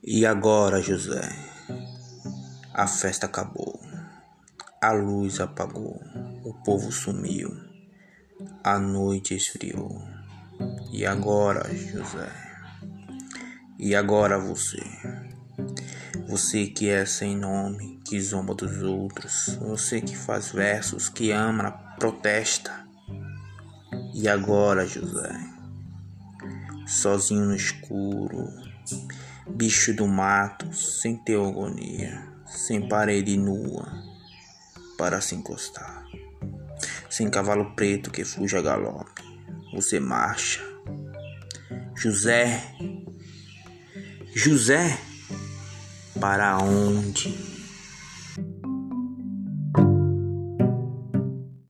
E agora, José, a festa acabou, a luz apagou, o povo sumiu, a noite esfriou. E agora, José? E agora você? Você que é sem nome, que zomba dos outros, você que faz versos, que ama, protesta. E agora, José? Sozinho no escuro, bicho do mato, sem teogonia, sem parede nua para se encostar, sem cavalo preto que fuja a galope, você marcha. José, José, para onde?